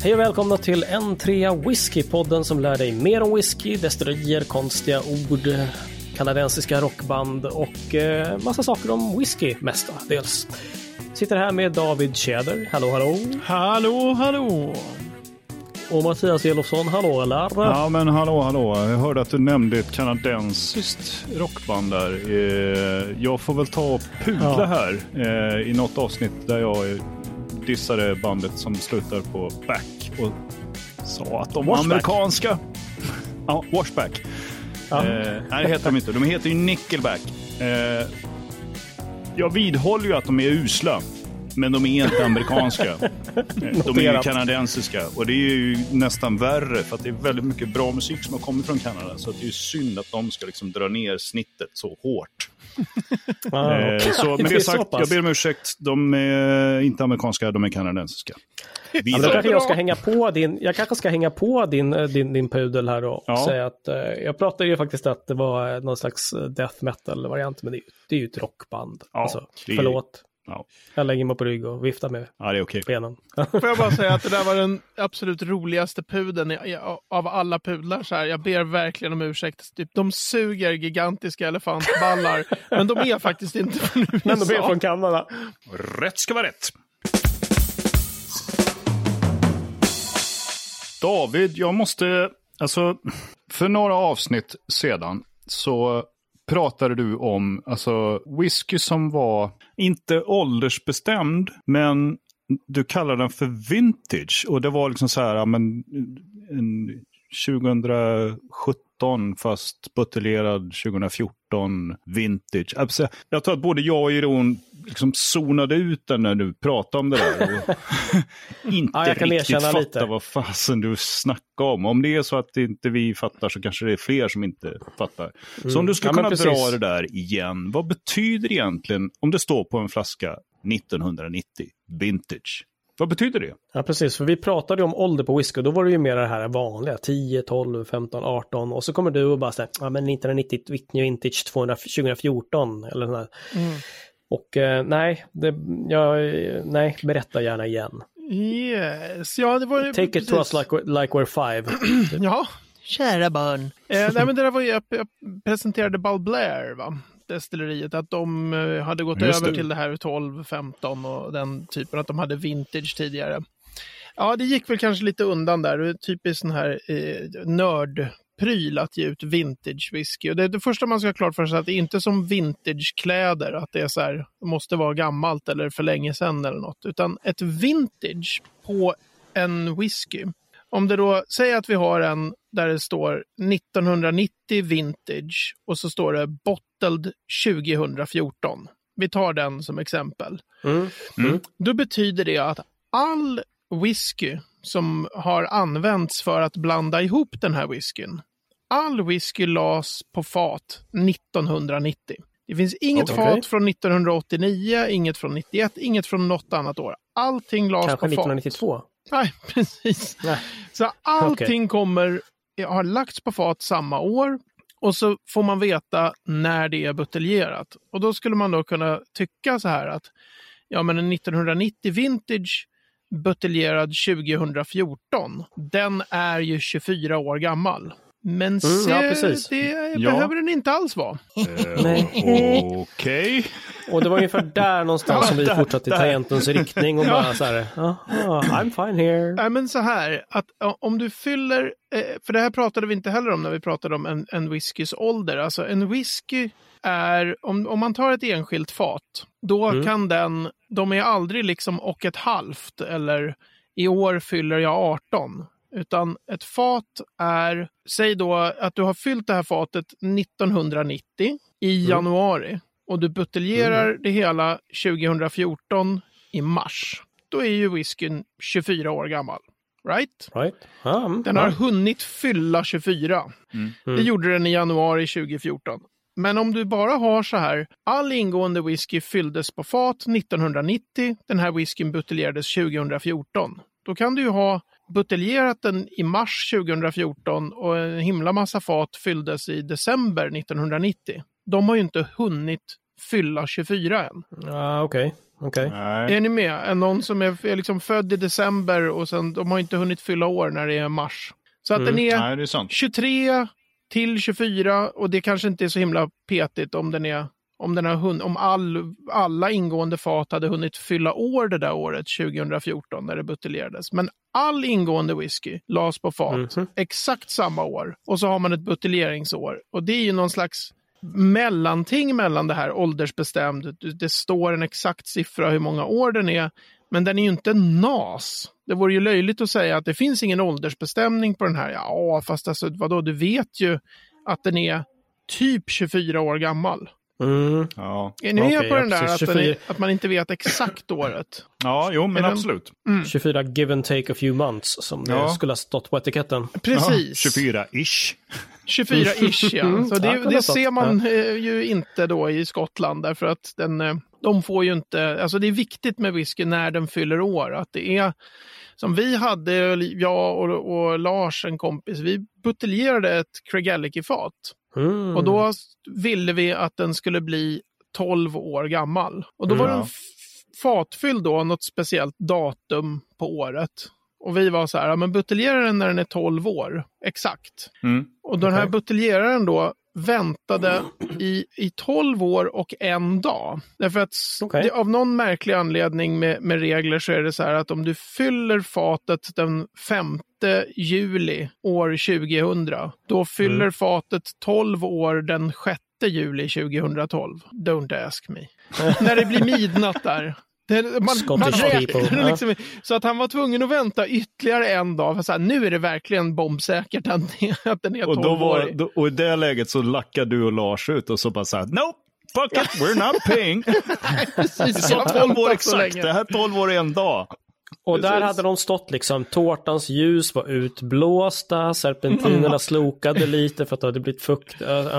Hej och välkomna till N3 Whisky-podden som lär dig mer om whisky, destillerier, konstiga ord, kanadensiska rockband och massa saker om whisky mestadels. Sitter här med David Tjäder. Hallå, hallå. Hallå, hallå. Och Mattias Elofsson. Hallå, eller? Ja, men hallå. Jag hörde att du nämnde ett kanadensiskt rockband där. Jag får väl ta och pudla här i något avsnitt där jag dissade bandet som slutar på back och sa att de var amerikanska. Ja, Washback. Nej, det heter de inte. De heter ju Nickelback. Jag vidhåller ju att de är usla, men de är inte amerikanska. De är ju kanadensiska. Och det är ju nästan värre, för att det är väldigt mycket bra musik som har kommit från Kanada. Så att det är ju synd att de ska liksom dra ner snittet så hårt. Så med det sagt, jag ber om ursäkt. De är inte amerikanska, de är kanadensiska. Jag kanske ska hänga på din pudel här och säga att jag pratade ju faktiskt att det var någon slags death metal-variant, men det är ju ett rockband. Ja, alltså, förlåt. Ja. Jag lägger mig på rygg och viftar med benen. Får jag bara säga att det där var den absolut roligaste pudeln av alla pudlar. Så här. Jag ber verkligen om ursäkt. Typ, de suger gigantiska elefantballar, men de är faktiskt inte från USA. Men de är från Kanada. Rätt ska vara rätt. David, jag måste... Alltså, för några avsnitt sedan så pratade du om whisky som var inte åldersbestämd, men du kallar den för vintage. Och det var liksom så här, men 2017 fast buteljerad 2014 vintage. Alltså, jag tror att både jag och Iron liksom zonade ut den när du pratade om det där. Och inte riktigt fattar vad fasen du snackar om. Om det är så att inte vi fattar så kanske det är fler som inte fattar. Så om du skulle kunna dra det där igen. Vad betyder det egentligen om det står på en flaska 1990 vintage? Vad betyder det? Ja, precis. För vi pratade ju om ålder på whisky. Då var det ju mer det här vanliga. 10, 12, 15, 18. Och så kommer du och bara säger, men 1990 vintage 2014. Eller sådär. Och nej, berätta gärna igen. Yes, ja, det var ju... Take it to us like we're 5. Ja, kära barn. Nej, men det där var ju, jag presenterade Ball Blair, va? Destilleriet, att de hade gått över till det här 12, 15 och den typen, att de hade vintage tidigare. Ja, det gick väl kanske lite undan där. Det är typiskt sån här nördpryl att ge ut vintage whisky. Och det första man ska ha klart för sig att det är inte som vintagekläder, att det är så här, måste vara gammalt eller för länge sedan eller något. Utan ett vintage på en whisky. Om det då säger att vi har en där det står 1990 vintage och så står det bottled 2014. Vi tar den som exempel. Då betyder det att all whisky som har använts för att blanda ihop den här whiskyn, all whisky lades på fat 1990. Det finns inget fat från 1989, inget från 91, inget från något annat år. Allting lades kanske på 1992. Fat. Nej, precis. Nej. Så allting har lagts på fat samma år och så får man veta när det är buteljerat. Och då skulle man då kunna tycka så här att men en 1990 vintage buteljerad 2014 den är ju 24 år gammal. Men det behöver den inte alls vara. Okej. Och det var ungefär där någonstans som vi fortsatte i tangentens riktning och bara så här, I'm fine here. Nej, men så här, att om du fyller, för det här pratade vi inte heller om när vi pratade om en whiskys ålder. Alltså en whisky är, om man tar ett enskilt fat, då kan de är aldrig liksom och ett halvt eller i år fyller jag 18. Utan ett fat är, säg då att du har fyllt det här fatet 1990 i januari och du buteljerar det hela 2014 i mars. Då är ju whiskyn 24 år gammal. Right? Den har hunnit fylla 24. Det gjorde den i januari 2014. Men om du bara har så här, all ingående whisky fylldes på fat 1990, den här whiskyn buteljerades 2014. Då kan du ju ha buteljerat den i mars 2014 och en himla massa fat fylldes i december 1990. De har ju inte hunnit fylla 24 än. Okej. Är ni med? Är någon som är liksom född i december och sen de har inte hunnit fylla år när det är mars. Så att den är, det är sant. 23 till 24 och det kanske inte är så himla petigt om alla ingående fat hade hunnit fylla år det där året 2014 när det buteljerades. Men all ingående whisky lades på fat exakt samma år och så har man ett buteljeringsår. Och det är ju någon slags mellanting mellan det här åldersbestämd. Det står en exakt siffra hur många år den är, men den är ju inte NAS. Det vore ju löjligt att säga att det finns ingen åldersbestämning på den här. Ja, fast alltså, vadå? Du vet ju att den är typ 24 år gammal. Ja. Är ni med på den där att man inte vet exakt året? Ja, jo, men absolut. 24 give and take a few months som det skulle ha stått på etiketten. Precis. 24-ish. 24-ish, ja. Så det ser man ju inte då i Skottland därför att de får ju inte, alltså det är viktigt med whisky när den fyller år, att det är som vi hade, jag och Lars, en kompis, vi buteljerade ett Craigellachie-fat. Och då ville vi att den skulle bli 12 år gammal. Och då var den fatfylld då, något speciellt datum på året. Och vi var så här, men buteljera den när den är 12 år, exakt. Och den här buteljeraren då väntade i 12 år och en dag. Därför att av någon märklig anledning med regler så är det så här att om du fyller fatet den 5 juli år 2000, då fyller fatet 12 år den 6 juli 2012. Don't ask me. När det blir midnatt där. Man räknar liksom, så att han var tvungen att vänta ytterligare en dag. Så här, nu är det verkligen bombsäkert att den är 12 år. Och i det läget så lackade du och Lars ut och så bara så här, nope, fuck it, we're not paying. Precis, så 12 år exakt, det här 12 år i en dag. Och där hade de stått liksom, tårtans ljus var utblåsta, serpentinerna slokade lite för att det hade blivit fukt.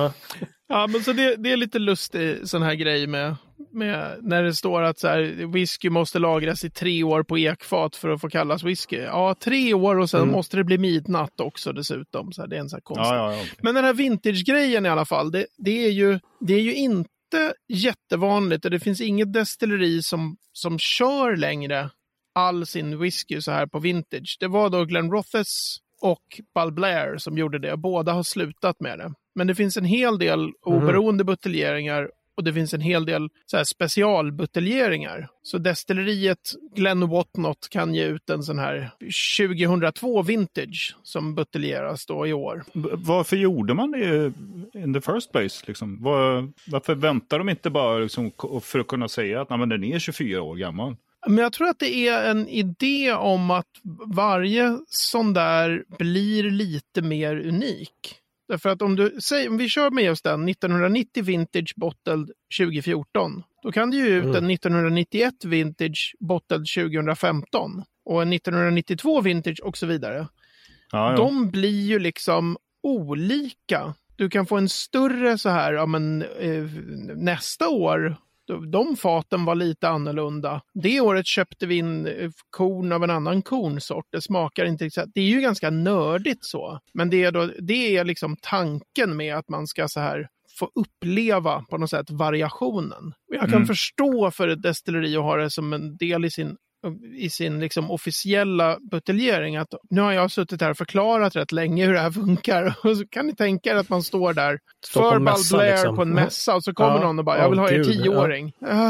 Ja, men så det är lite lustig sån här grej med när det står att så här, whisky måste lagras i 3 år på ekfat för att få kallas whisky. Ja, 3 år och sen måste det bli midnatt också dessutom. Så här, det är en sån här konstigt. Okay. Men den här vintage-grejen i alla fall, det är ju inte jättevanligt och det finns inget destilleri som kör längre all sin whisky så här på vintage. Det var då Glenrothes och Balblair som gjorde det. Båda har slutat med det. Men det finns en hel del oberoende buteljeringar och det finns en hel del så här specialbuteljeringar. Så destilleriet Glen Whatnot kan ge ut en sån här 2002 vintage som buteljeras då i år. Varför gjorde man det in the first place? Liksom? Varför väntar de inte bara liksom, för att kunna säga att men den är 24 år gammal? Men jag tror att det är en idé om att varje sån där blir lite mer unik. Därför att om vi kör med just den 1990 Vintage Bottled 2014, då kan du ju ut en 1991 Vintage Bottled 2015 och en 1992 Vintage och så vidare. Ja. De blir ju liksom olika. Du kan få en större så här, nästa år, de faten var lite annorlunda. Det året köpte vi in korn av en annan kornsort. Det smakar inte exakt. Det är ju ganska nördigt så. Men det är liksom tanken med att man ska så här få uppleva på något sätt variationen. Jag kan förstå för ett destilleri att ha det som en del i sin liksom officiella buteljering att nu har jag suttit här och förklarat rätt länge hur det här funkar och så kan ni tänka er att man står där för Balblair liksom på en mässa och så kommer någon och bara, jag vill ha er 10-åring.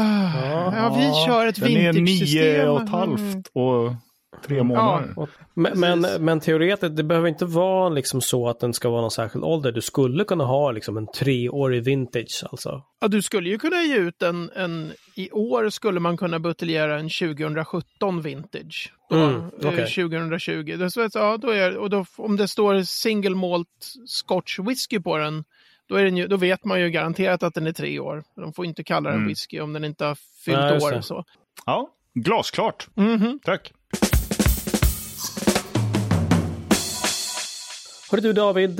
Vi kör ett vintage-system. 9,5 och 3 månader. Men teoretiskt, det behöver inte vara liksom så att den ska vara någon särskild ålder. Du skulle kunna ha liksom en 3-årig vintage alltså. Ja, du skulle ju kunna ge ut i år skulle man kunna buteljera en 2017 vintage. 2020. Om det står single malt scotch whisky på den, då vet man ju garanterat att den är 3 år. De får inte kalla den whisky om den inte har fyllt år. Så. Ja, glasklart. Tack. Hörru du David,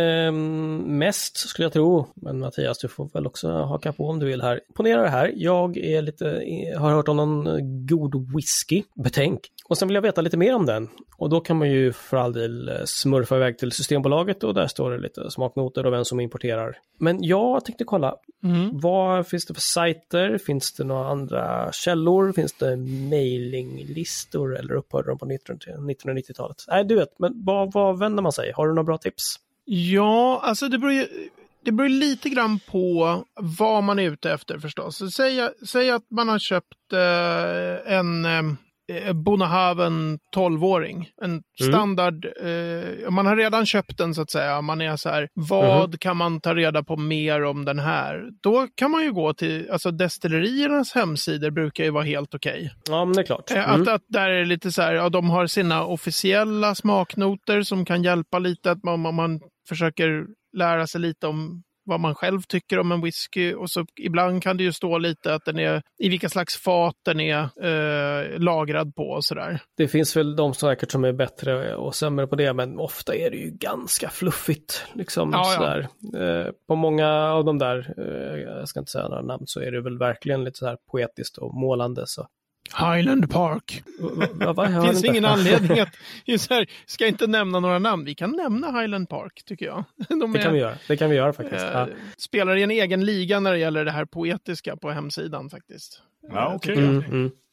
mest skulle jag tro, men Mattias du får väl också haka på om du vill här. Ponera det här, jag har hört om någon god whisky, betänk. Och sen vill jag veta lite mer om den. Och då kan man ju för all del smurfa iväg till Systembolaget och där står det lite smaknoter och vem som importerar. Men jag tänkte kolla, vad finns det för sajter? Finns det några andra källor? Finns det mailinglistor eller upphörde de på 1990-talet? Nej, du vet, men vad vänder man sig? Har du några bra tips? Ja, alltså det beror lite grann på vad man är ute efter förstås. Säg att man har köpt en Bonnehaven 12-åring. En standard, man har redan köpt den så att säga. Man är så här, vad kan man ta reda på mer om den här? Då kan man ju gå till, alltså destilleriernas hemsidor brukar ju vara helt okej. Ja, men det är klart. Att där är lite så här, ja, de har sina officiella smaknoter som kan hjälpa lite att man försöker lära sig lite om vad man själv tycker om en whisky, och så ibland kan det ju stå lite att den är i vilka slags fat den är lagrad på och sådär. Det finns väl de säkert som är bättre och sämre på det, men ofta är det ju ganska fluffigt liksom sådär. På många av de där, jag ska inte säga några namn, så är det väl verkligen lite så här poetiskt och målande så. Highland Park. Det finns ingen anledning att ska inte nämna några namn. Vi kan nämna Highland Park, tycker jag. Det kan vi göra faktiskt. Spelar i en egen liga när det gäller det här poetiska på hemsidan faktiskt. Ja, okej.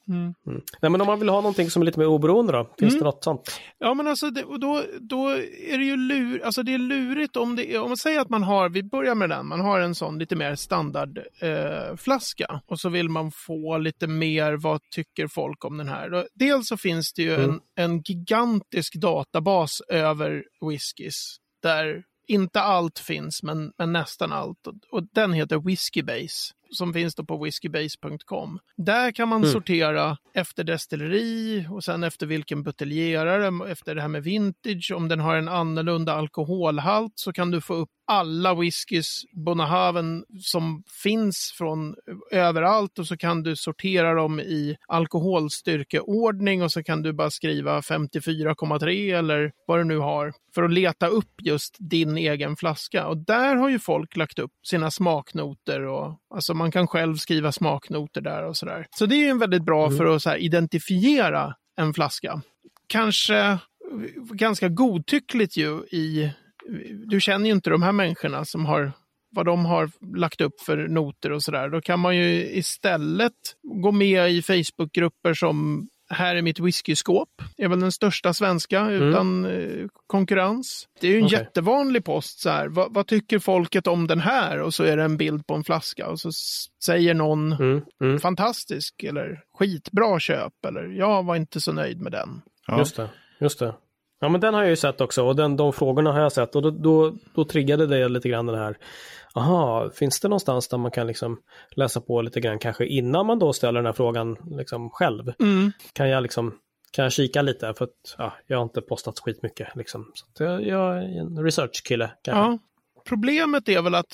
Nej, men om man vill ha någonting som är lite mer oberoende då, finns det något sånt? Ja, men alltså då är det ju det är lurigt om man säger att vi börjar med den, man har en sån lite mer standard flaska och så vill man få lite mer, vad tycker folk om den här? Dels så finns det ju en gigantisk databas över whiskys där inte allt finns, men nästan allt. Och den heter Whiskybase, som finns då på whiskybase.com. Där kan man sortera efter destilleri och sen efter vilken buteljerare, efter det här med vintage. Om den har en annorlunda alkoholhalt så kan du få upp alla whiskys Bonnehaven som finns från överallt, och så kan du sortera dem i alkoholstyrkeordning och så kan du bara skriva 54,3 eller vad du nu har för att leta upp just din egen flaska. Och där har ju folk lagt upp sina smaknoter, och alltså man kan själv skriva smaknoter där och sådär. Så det är ju en väldigt bra för att så här identifiera en flaska. Kanske ganska godtyckligt ju du känner ju inte de här människorna som har vad de har lagt upp för noter och sådär. Då kan man ju istället gå med i Facebookgrupper som Här är mitt whiskyskåp. Det är väl den största svenska utan konkurrens. Det är ju en jättevanlig post så här. Vad tycker folket om den här? Och så är det en bild på en flaska. Och så säger någon fantastisk eller skitbra köp. Eller jag var inte så nöjd med den. Ja. Just det. Ja, men den har jag ju sett också. Och de frågorna har jag sett. Och då triggade det lite grann den här. Aha, finns det någonstans där man kan liksom läsa på lite grann kanske innan man då ställer den här frågan liksom själv? Kan jag kika lite, för att jag har inte postat skitmycket liksom. Så jag är en research-kille kanske. Ja. Problemet är väl att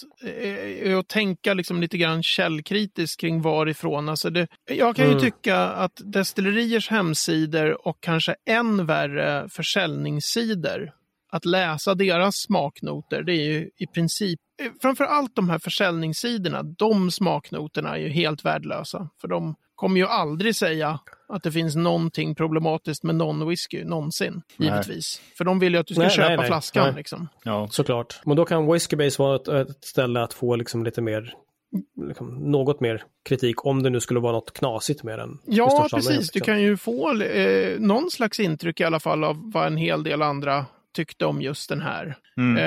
tänka liksom lite grann källkritiskt kring varifrån. Alltså jag kan ju tycka att destilleriers hemsidor och kanske än värre försäljningssidor, att läsa deras smaknoter, det är ju i princip, framförallt de här försäljningssidorna, de smaknoterna är ju helt värdelösa. För de kommer ju aldrig säga att det finns någonting problematiskt med någon whisky någonsin, givetvis. För de vill ju att du ska köpa flaskan. Liksom. Ja, såklart. Men då kan Whiskybase vara ett ställe att få liksom lite mer, liksom, något mer kritik om det nu skulle vara något knasigt med den. Ja, precis. Liksom. Du kan ju få någon slags intryck i alla fall av vad en hel del andra tyckte om just den här.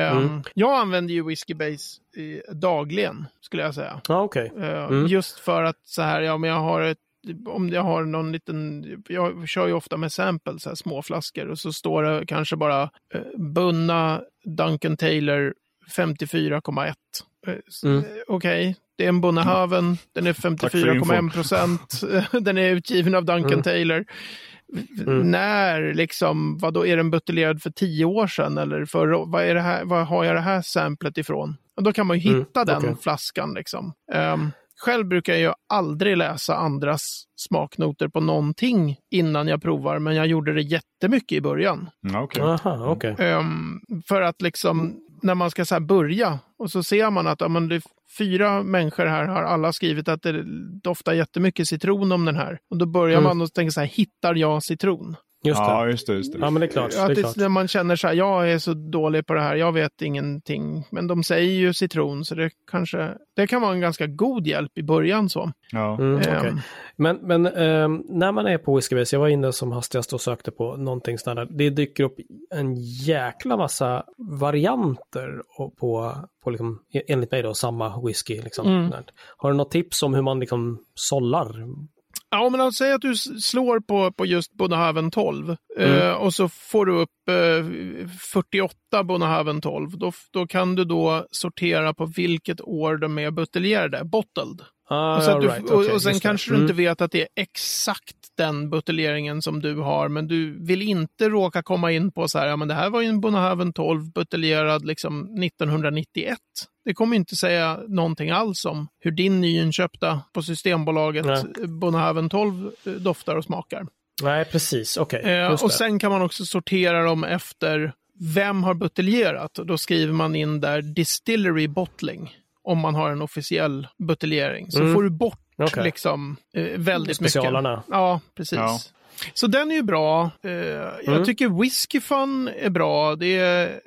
Jag använder ju Whiskybase dagligen, skulle jag säga. Just för att så här, men jag har någon liten, jag kör ju ofta med samples, så här, små flaskor, och så står det kanske bara bunna Duncan Taylor 54,1. Okej. Det är en Bonnehaven, den är 54,1%, den är utgiven av Duncan Taylor. När liksom, vad då är den buteljerad för 10 år sedan eller vad har jag det här samplet ifrån? Och då kan man ju hitta den flaskan liksom. Själv brukar jag aldrig läsa andras smaknoter på någonting innan jag provar, men jag gjorde det jättemycket i början. Okay. För att liksom, när man ska så här börja och så ser man att det är 4 människor här har alla skrivit att det doftar jättemycket citron om den här. Och då börjar man och tänka så här, hittar jag citron? Just det. Ja, just det. Ja, men det är klart. När man känner så här, jag är så dålig på det här, jag vet ingenting. Men de säger ju citron, så det kan vara en ganska god hjälp i början så. Ja. Okay. Men när man är på Whiskybase, jag var inne som hastigast och sökte på någonting sådär. Det dyker upp en jäkla massa varianter på liksom, enligt mig då, samma whisky. Liksom. Har du något tips om hur man liksom sållar? Ja, men säg att du slår på just Bonnehaven 12 och så får du upp 48 Bonnehaven 12. Då kan du då sortera på vilket år de är buteljerade, bottled. Och sen kanske du inte vet att det är exakt den buteljeringen som du har, men du vill inte råka komma in på så här, ja men det här var ju en Bonnehaven 12 buteljerad liksom 1991. Det kommer inte säga någonting alls om hur din nyinköpta på Systembolaget Bonnehaven 12 doftar och smakar. Nej, precis. Okej. Och sen kan man också sortera dem efter vem har buteljerat. Då skriver man in där distillery bottling om man har en officiell buteljering. Så får du bort liksom väldigt specialarna. Mycket. Ja, precis. Ja. Så den är ju bra. Jag tycker Whisky Fun är bra. Det är,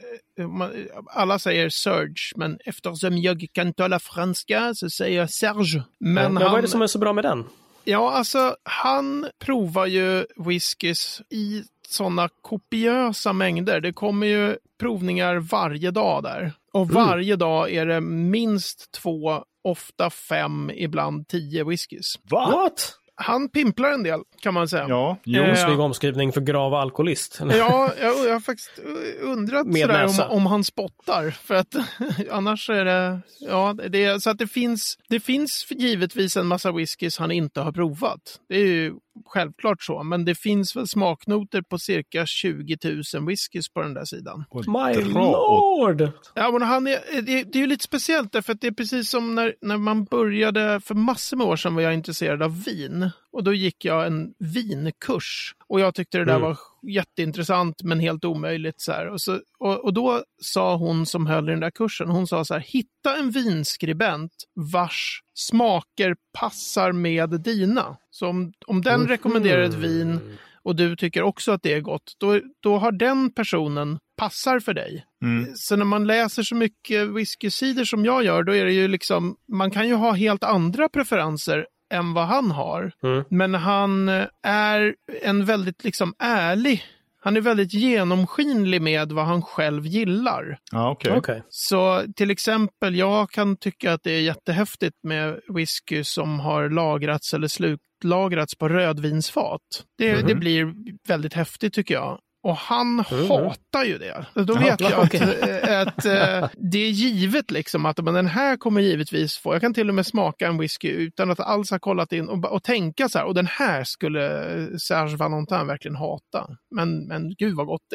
alla säger Serge, men eftersom jag kan tala franska så säger jag Serge. Men vad är det som är så bra med den? Ja, alltså han provar ju whiskys i sådana kopiösa mängder. Det kommer ju provningar varje dag där. Och varje dag är det minst 2, ofta 5, ibland 10 whiskys. What? Han pimplar en del, kan man säga. Ja, Jonsvig omskrivning för grav alkoholist. Ja, jag har faktiskt undrat sådär om han spottar. För att annars är det... Ja, så att det finns givetvis en massa whiskys han inte har provat. Det är ju självklart så. Men det finns väl smaknoter på cirka 20 000 whiskys på den där sidan. My lord! Ja, men det är ju lite speciellt därför att det är precis som när man började för massor med år sedan var jag intresserad av vin. Och då gick jag en vinkurs. Och jag tyckte det där var jätteintressant men helt omöjligt. Så här. Och då sa hon som höll i den där kursen, hon sa så här, hitta en vinskribent vars smaker passar med dina. Så om den rekommenderar ett vin och du tycker också att det är gott, då har den personen passar för dig. Så när man läser så mycket whiskysidor som jag gör, då är det ju liksom, man kan ju ha helt andra preferenser än vad han har. Men han är en väldigt liksom ärlig. Han är väldigt genomskinlig med vad han själv gillar. Okay. Så till exempel, jag kan tycka att det är jättehäftigt med whisky som har lagrats eller slutlagrats på rödvinsfat. Det blir väldigt häftigt tycker jag. Och han hatar ju det. Då vet jag att det är givet liksom att men den här kommer givetvis få. Jag kan till och med smaka en whisky utan att alls ha kollat in och tänka så här. Och den här skulle Serge Valentin verkligen hata. Men gud vad gott det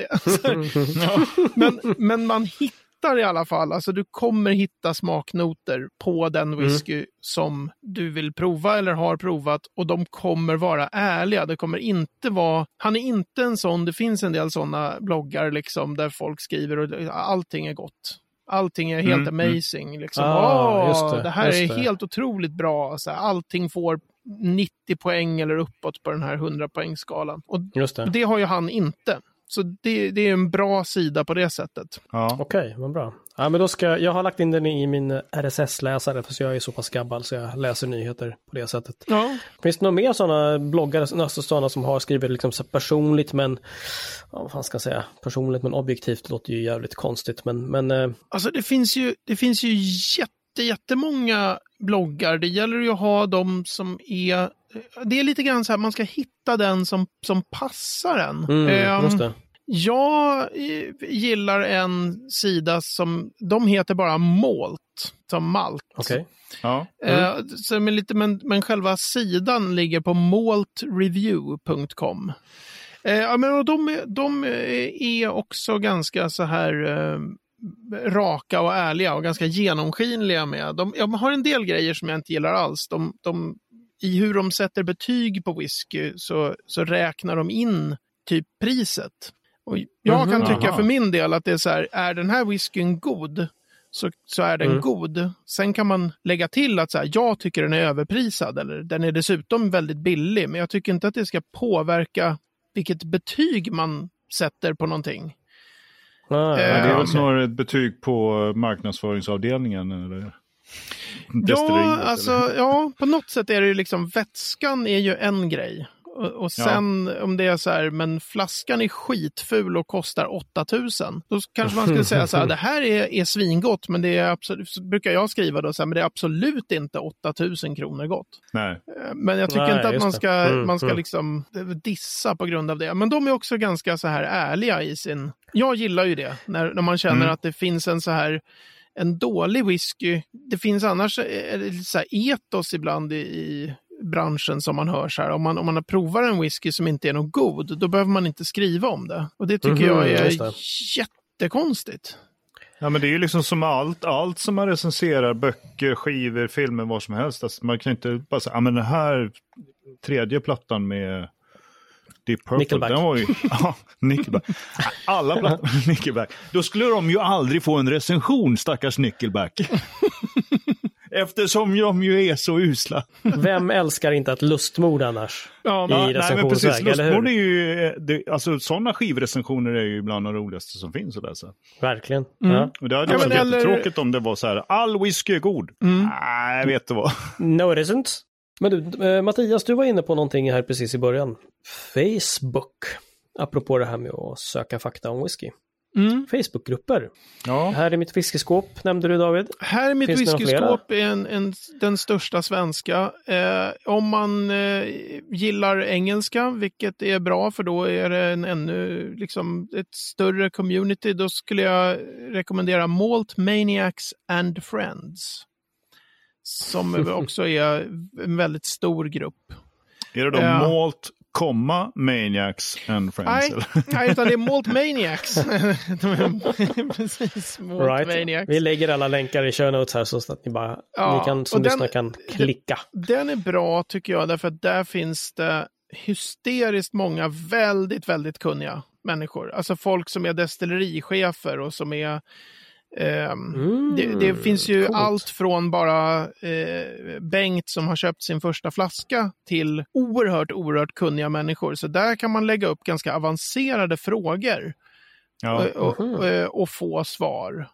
är. Men man hittar i alla fall, alltså du kommer hitta smaknoter på den whisky som du vill prova eller har provat och de kommer vara ärliga. Det kommer inte vara, han är inte en sån, det finns en del sådana bloggar liksom där folk skriver och allting är gott. Allting är helt amazing. Liksom. Det här är helt otroligt bra. Så här, allting får 90 poäng eller uppåt på den här 100-poängsskalan. Och det har ju han inte. Så det är en bra sida på det sättet. Ja. Okej, vad bra. Ja, men då jag har lagt in den i min RSS-läsare för jag är så pass gammal så jag läser nyheter på det sättet. Ja. Finns det några mer sådana bloggare sådana som har skrivit liksom så personligt men vad fan ska jag säga? Personligt men objektivt låter ju jävligt konstigt men alltså det finns ju jättemånga bloggar. Det gäller ju att ha dem som är... Det är lite grann så här, man ska hitta den som passar en. Just det. Jag gillar en sida som... De heter bara Malt, som malt. Okej. Ja. Men själva sidan ligger på maltreview.com. Men de är också ganska så här... raka och ärliga och ganska genomskinliga med. Jag har en del grejer som jag inte gillar alls. I hur de sätter betyg på whisky så räknar de in typ priset. Och jag kan tycka för min del att det är så här, är den här whiskyn god så är den god. Sen kan man lägga till att så här, jag tycker den är överprisad eller den är dessutom väldigt billig, men jag tycker inte att det ska påverka vilket betyg man sätter på någonting. Det är väl snarare ett betyg på marknadsföringsavdelningen eller? Ja, på något sätt är det ju liksom, vätskan är ju en grej. Och sen om det är så här, men flaskan är skitful och kostar 8000. Då kanske man skulle säga så här, det här är svingott, men det är absolut, brukar jag skriva då så här, men det är absolut inte 8000 kronor gott. Nej. Men jag tycker inte att man ska liksom dissa på grund av det. Men de är också ganska så här ärliga i sin... Jag gillar ju det, när man känner att det finns en så här en dålig whisky. Det finns annars så här etos ibland i branschen som man hör så här. Om man provar en whisky som inte är något god, då behöver man inte skriva om det. Och det tycker jag är jättekonstigt. Ja, men det är ju liksom som allt som man recenserar, böcker, skivor, filmer, vad som helst. Alltså, man kan inte bara säga, men den här tredje plattan med Deep Purple, Nickelback. Den var ju, Nickelback. Alla plattor Nickelback. Då skulle de ju aldrig få en recension, stackars Nickelback. Eftersom de ju är så usla. Vem älskar inte ett lustmord annars? I recensionsväg, eller hur? Är ju, alltså sådana skivrecensioner är ju bland de roligaste som finns att läsa. Verkligen. Ja. Och det hade varit jättetråkigt om det var så här, all whisky är god. Nej, vet du vad? No it isn't. Men du, Mattias, du var inne på någonting här precis i början. Facebook. Apropå det här med att söka fakta om whisky. Facebookgrupper. Ja. Här är mitt whiskyskåp, nämnde du, David. Här är mitt whiskyskåp är den största svenska. Om man gillar engelska, vilket är bra, för då är det ännu liksom ett större community, då skulle jag rekommendera Malt Maniacs and Friends. Som också är en väldigt stor grupp. Är det då Malt, Maniacs and Friends? Nej, utan det är Malt Maniacs. Precis, Malt Maniacs. Vi lägger alla länkar i show notes här så att ni bara ni kan, som lyssnar kan klicka. Den är bra tycker jag, därför att där finns det hysteriskt många väldigt, väldigt kunniga människor. Alltså folk som är destillerichefer och som är det finns ju allt från bara Bengt som har köpt sin första flaska till oerhört kunniga människor. Så där kan man lägga upp ganska avancerade frågor och få svar.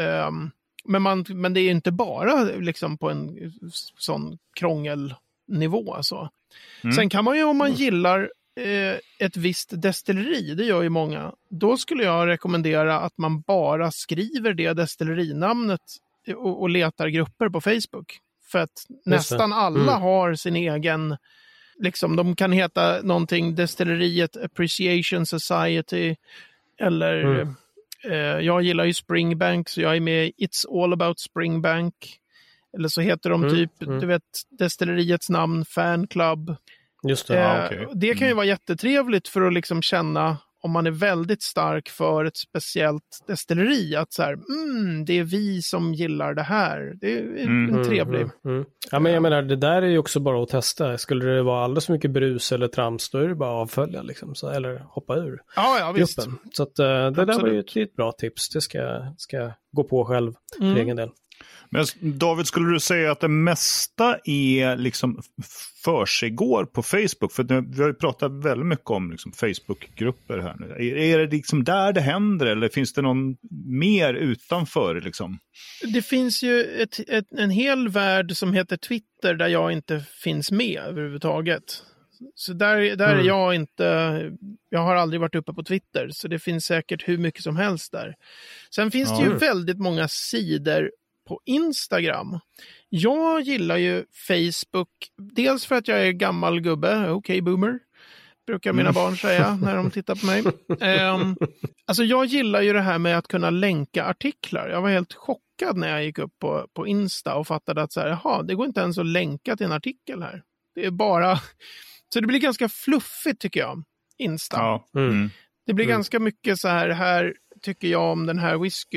Men det är inte bara liksom på en sån krångelnivå. Så. Sen kan man ju, om man gillar ett visst destilleri, det gör ju många, då skulle jag rekommendera att man bara skriver det destillerinamnet och letar grupper på Facebook. För att nästan alla har sin egen, liksom, de kan heta någonting Destilleriet Appreciation Society eller jag gillar ju Springbank, så jag är med It's All About Springbank, eller så heter de typ du vet, destilleriets namn Fan Club. Just det. Det kan ju vara jättetrevligt för att liksom känna, om man är väldigt stark för ett speciellt destilleri, att så här, det är vi som gillar det här. Det är en trevlig. Ja, men jag menar, det där är ju också bara att testa. Skulle det vara alldeles för mycket brus eller trams, då är det bara att avfölja liksom, så, eller hoppa ur visst. gruppen. Så att, det där var ju ett bra tips. Det ska gå på själv för egen del. Men David, skulle du säga att det mesta är liksom försiggår på Facebook? För vi har ju pratat väldigt mycket om liksom Facebookgrupper här nu. Är det liksom där det händer, eller finns det någon mer utanför liksom? Det finns ju en hel värld som heter Twitter där jag inte finns med överhuvudtaget. Så där är jag inte, jag har aldrig varit uppe på Twitter, så det finns säkert hur mycket som helst där. Sen finns det ju väldigt många sidor på Instagram. Jag gillar ju Facebook, dels för att jag är gammal gubbe, okej, boomer, brukar mina barn säga när de tittar på mig. Alltså jag gillar ju det här med att kunna länka artiklar. Jag var helt chockad när jag gick upp på Insta och fattade att så här, jaha, det går inte ens att länka till en artikel här. Det är bara... Så det blir ganska fluffigt tycker jag, Insta. Det blir ganska mycket så här tycker jag om den här whiskyn.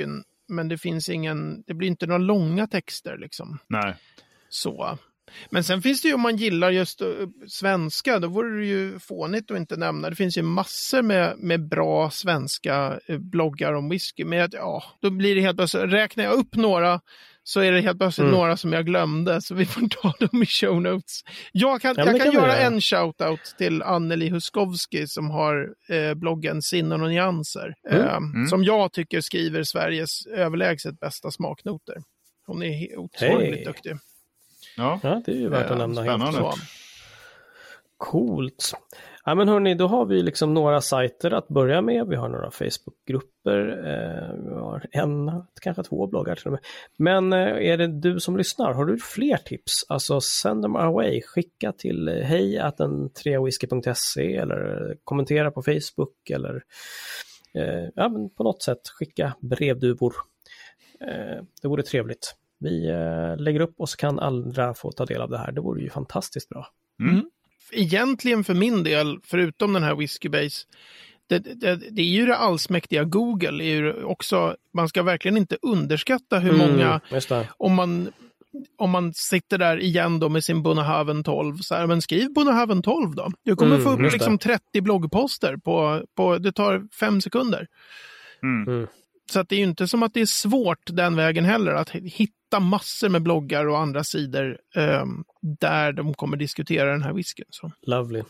men det finns det blir inte några långa texter liksom. Nej. Så. Men sen finns det ju, om man gillar just svenska, då vore det ju fånigt att inte nämna. Det finns ju massor med bra svenska bloggar om whisky. Men då blir det helt plötsligt, räknar jag upp några så är det helt plötsligt några som jag glömde. Så vi får ta dem i show notes. Jag kan göra en shoutout till Anneli Huskowski som har bloggen Sinnen och nyanser. Som jag tycker skriver Sveriges överlägset bästa smaknoter. Hon är otroligt duktig. Ja, det är ju värt att nämna. Spännande. Coolt. Ja, men hörni, då har vi liksom några sajter att börja med. Vi har några Facebookgrupper. Vi har kanske 2 bloggar till och med. Men är det du som lyssnar? Har du fler tips? Alltså send them our way. Skicka till hej@treawhisky.se eller kommentera på Facebook eller men på något sätt skicka brevduvor. Det vore trevligt. Vi lägger upp och så kan andra få ta del av det här. Det vore ju fantastiskt bra. Egentligen för min del, förutom den här Whiskybase, det är ju det allsmäktiga Google. Är ju också, man ska verkligen inte underskatta hur många, om man sitter där igen då med sin Bunnahaven 12, så här, men skriv Bunnahaven 12 då. Du kommer få upp liksom 30 bloggposter på det tar 5 sekunder. Så att det är ju inte som att det är svårt den vägen heller att hitta massor med bloggar och andra sidor där de kommer diskutera den här whiskyn. Så. Lovely.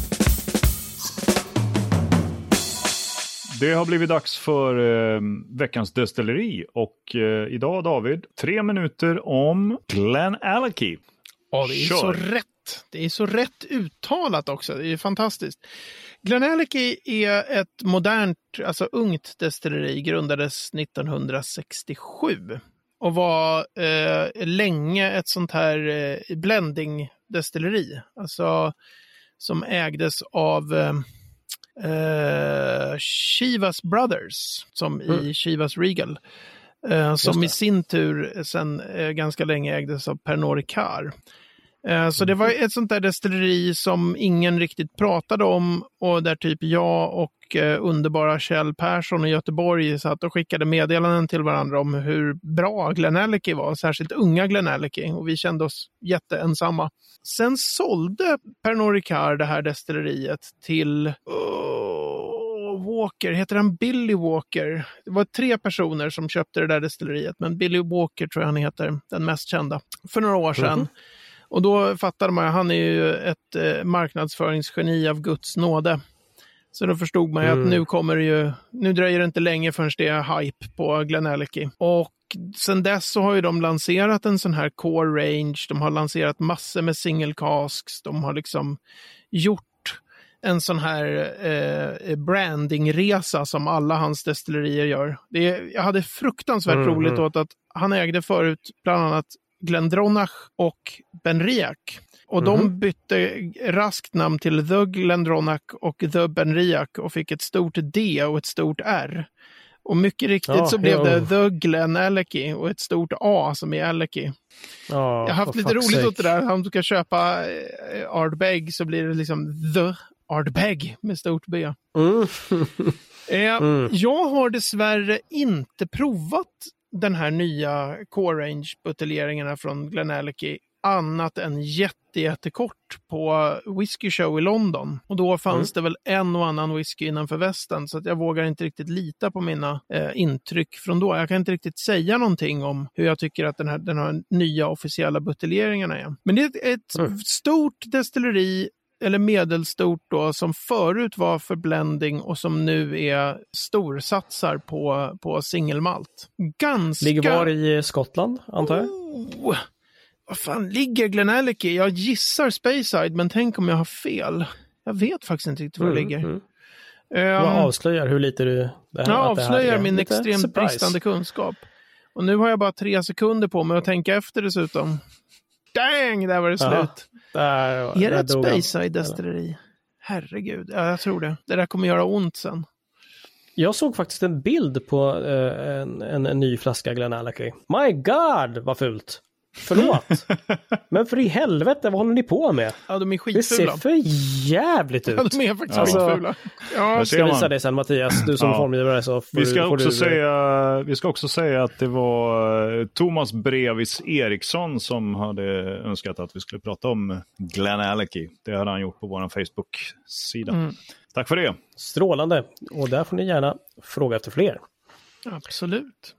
Det har blivit dags för veckans destilleri och idag, David, 3 minuter om GlenAllachie. Ja, det är så rätt. Det är så rätt uttalat också. Det är fantastiskt. GlenAllachie är ett modernt, alltså ungt destilleri, grundades 1967 och var länge ett sånt här blending-destilleri. Alltså som ägdes av Chivas Brothers, som i Chivas Regal. Som i sin tur sen ganska länge ägdes av Pernod Ricard. Så det var ett sånt där destilleri som ingen riktigt pratade om och där typ jag och underbara Kjell Persson i Göteborg satt och skickade meddelanden till varandra om hur bra GlenAllachie var, särskilt unga GlenAllachie, och vi kände oss jätteensamma. Sen sålde Pernod Ricard det här destilleriet till Walker, heter han Billy Walker? Det var 3 personer som köpte det där destilleriet, men Billy Walker tror jag han heter, den mest kända, för några år sedan. Och då fattade man, han är ju ett marknadsföringsgeni av Guds nåde. Så då förstod man ju att nu dröjer det inte länge förrän det är hype på GlenAllachie. Och sen dess så har ju de lanserat en sån här core range. De har lanserat massor med single casks. De har liksom gjort en sån här brandingresa som alla hans destillerier gör. Jag hade fruktansvärt roligt åt att han ägde förut bland annat Glendronach och Benriach. Och de bytte raskt namn till The Glendronach och The Benriach och fick ett stort D och ett stort R. Och mycket riktigt så blev det The GlenAllachie och ett stort A som är Allachie. Jag har haft lite roligt åt det där. Om du ska köpa Ardbeg så blir det liksom The Ardbeg med stort B. Jag har dessvärre inte provat den här nya Core Range-buteljeringarna från GlenAllachie annat än jättekort på Whisky Show i London. Och då fanns det väl en och annan whisky innanför västen, så att jag vågar inte riktigt lita på mina intryck från då. Jag kan inte riktigt säga någonting om hur jag tycker att den här nya officiella buteljeringarna är. Men det är ett stort destilleri, eller medelstort då, som förut var för blending och som nu är storsatsar på singelmalt. Ligger var i Skottland, antar jag? Vad fan ligger GlenAllachie? Jag gissar Speyside, men tänk om jag har fel. Jag vet faktiskt inte riktigt var det ligger. Vad avslöjar hur lite du... Det här, jag avslöjar min lite extremt surprise. Bristande kunskap. Och nu har jag bara 3 sekunder på mig att tänka efter dessutom. Dang, där var det slut. Är det ett Speyside-destilleri? Herregud, ja, jag tror det. Det där kommer göra ont sen. Jag såg faktiskt en bild på en ny flaska GlenAllachie. My God, vad fult! Förlåt. Men för i helvete, vad håller ni på med? Ja, de är Det skitfula. ser för jävligt ut. Ja, de är faktiskt Alltså, skitfula. Ja, Där Ska ser jag visa man. dig sen, Mattias, du som formgivare, så får Vi ska också säga att det var Thomas Brevis Eriksson som hade önskat att vi skulle prata om Glen Alecky. Det hade han gjort på vår Facebook-sida. Tack för det. Strålande. Och där får ni gärna fråga efter fler. absolut.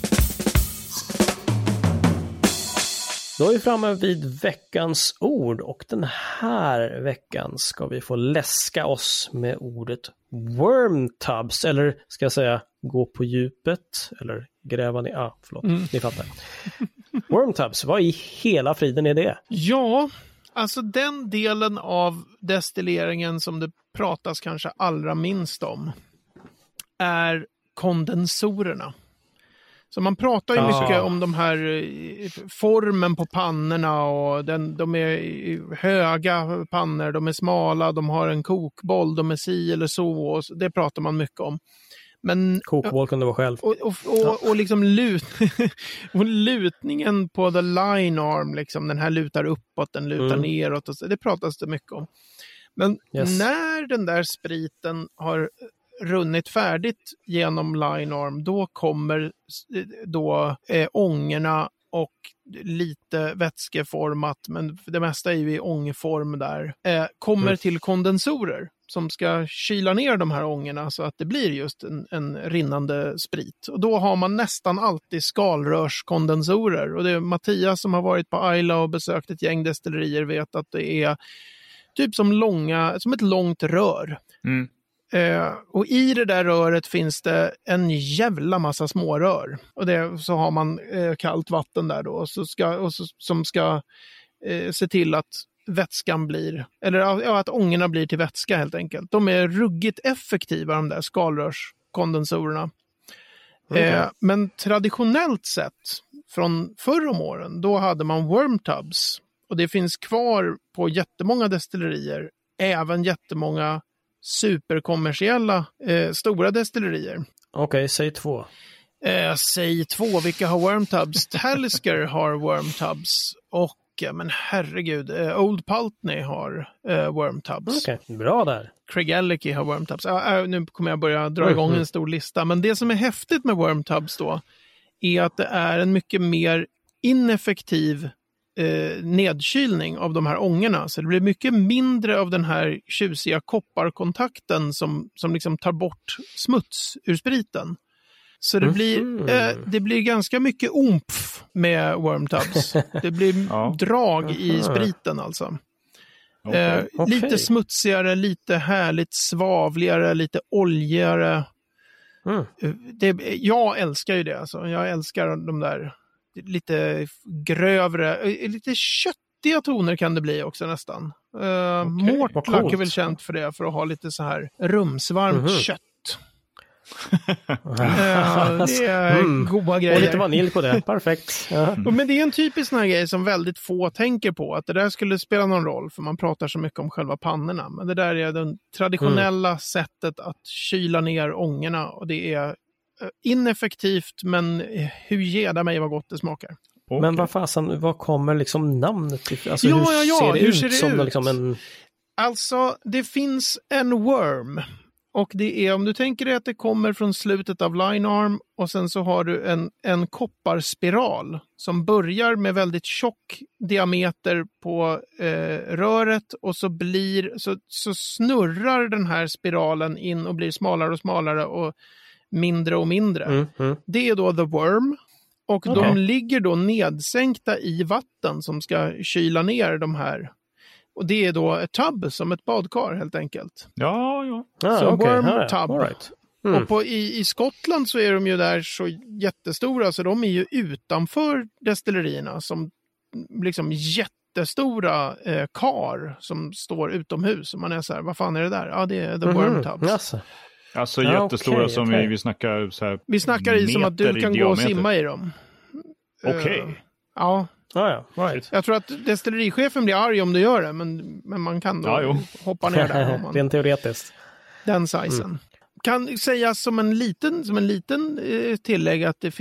Då är vi framme vid veckans ord, och den här veckan ska vi få läska oss med ordet wormtubs, eller ska jag säga gå på djupet, eller gräva ner, ni fattar. Wormtubs, vad i hela friden är det? Ja, alltså den delen av destilleringen som det pratas kanske allra minst om är kondensorerna. Så man pratar ju mycket om de här formen på pannorna, och de är höga pannor, de är smala, de har en kokboll, de är si eller så, och det pratar man mycket om. Men Kokboll kunde vara själv. och liksom och lutningen på the line arm, liksom, den här lutar uppåt, den lutar neråt, och så, det pratas det mycket om. Men när den där spriten har runnit färdigt genom line arm, då kommer ångorna och lite vätskeformat, men det mesta är ju i ångform där, kommer till kondensorer som ska kyla ner de här ångorna så att det blir just en rinnande sprit. Och då har man nästan alltid skalrörskondensorer, och det är Mattias som har varit på Islay och besökt ett gäng destillerier vet att det är typ som ett långt rör. Och i det där röret finns det en jävla massa smårör. Och så har man kallt vatten där då, som ska se till att vätskan blir, eller att ångorna blir till vätska helt enkelt. De är ruggigt effektiva, de där skalrörskondensorerna. Men traditionellt sett från förr om åren, då hade man wormtubs. Och det finns kvar på jättemånga destillerier, även jättemånga superkommersiella stora destillerier. Okej, säg 2. Säg 2, vilka har wormtubs? Talisker har wormtubs, och men herregud, Old Pulteney har wormtubs. Okej, bra där. Craig Alecky har wormtubs. Nu kommer jag börja dra igång en stor lista, men det som är häftigt med wormtubs då är att det är en mycket mer ineffektiv nedkylning av de här ångorna, så det blir mycket mindre av den här tjusiga kopparkontakten som liksom tar bort smuts ur spriten. Så det blir ganska mycket omf med wormtubs. Det blir drag i spriten alltså. Lite smutsigare, lite härligt svavligare, lite oljigare. Jag älskar ju det alltså. Jag älskar de där lite grövre, lite köttiga toner kan det bli också nästan. Mortlack är väl känt för det, för att ha lite så här rumsvarmt kött. Det är goda grejer. Och lite vanilj på det, perfekt. Men det är en typisk sån här grej som väldigt få tänker på, att det där skulle spela någon roll, för man pratar så mycket om själva pannorna. Men det där är det traditionella sättet att kyla ner ångorna, och det är ineffektivt, men hur ger mig vad gott det smakar. Okay. Men vad kommer liksom namnet till? Alltså, hur ser det ut? Som liksom en... Alltså, det finns en worm. Och det är, om du tänker dig att det kommer från slutet av line arm, och sen så har du en kopparspiral som börjar med väldigt tjock diameter på röret, och så snurrar den här spiralen in och blir smalare och smalare och mindre. Det är då the worm. Och de ligger då nedsänkta i vatten som ska kyla ner de här. Och det är då ett tub, som ett badkar helt enkelt. Ja. Så worm tub. Right. Och i Skottland så är de ju där så jättestora, så de är ju utanför destillerierna som liksom jättestora kar som står utomhus. Och man är så här, vad fan är det där? Ja, det är the worm tubs. Alltså jättestora som vi snackar så här. Vi snackar i som att du kan gå och simma i dem. Okej. Ja. Right. Jag tror att destillerichefen blir arg om du gör det, men man kan då hoppa ner där. Om man... Rent teoretiskt. Den sizen. Kan sägas som en liten tillägg att det finns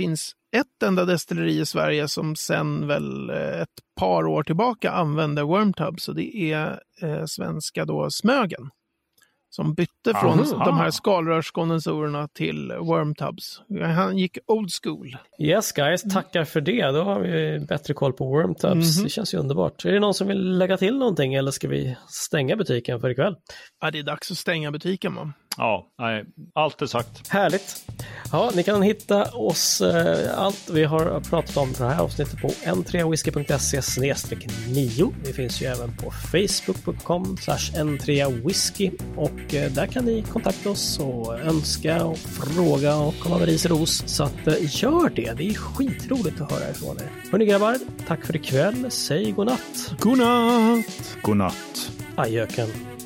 ett enda destilleri i Sverige som sen väl ett par år tillbaka använder wormtubs, och det är svenska då Smögen. Som bytte från de här skalrörskondensorerna till wormtubs. Han gick old school. Yes guys, tackar för det. Då har vi bättre koll på wormtubs. Det känns ju underbart. Är det någon som vill lägga till någonting eller ska vi stänga butiken för ikväll? Ja, det är dags att stänga butiken, man. Ja, nej, allt är sagt. Härligt. Ja, ni kan hitta oss allt vi har pratat om för det här avsnittet på n3whisky.se/9. Vi finns ju även på facebook.com/n3whisky och där kan ni kontakta oss och önska och fråga och komma med ris och ros. Så att gör det. Det är skitroligt att höra ifrån er. Hörrni grabbar, tack för ikväll. Säg godnatt. Godnatt. Godnatt. Adjöken.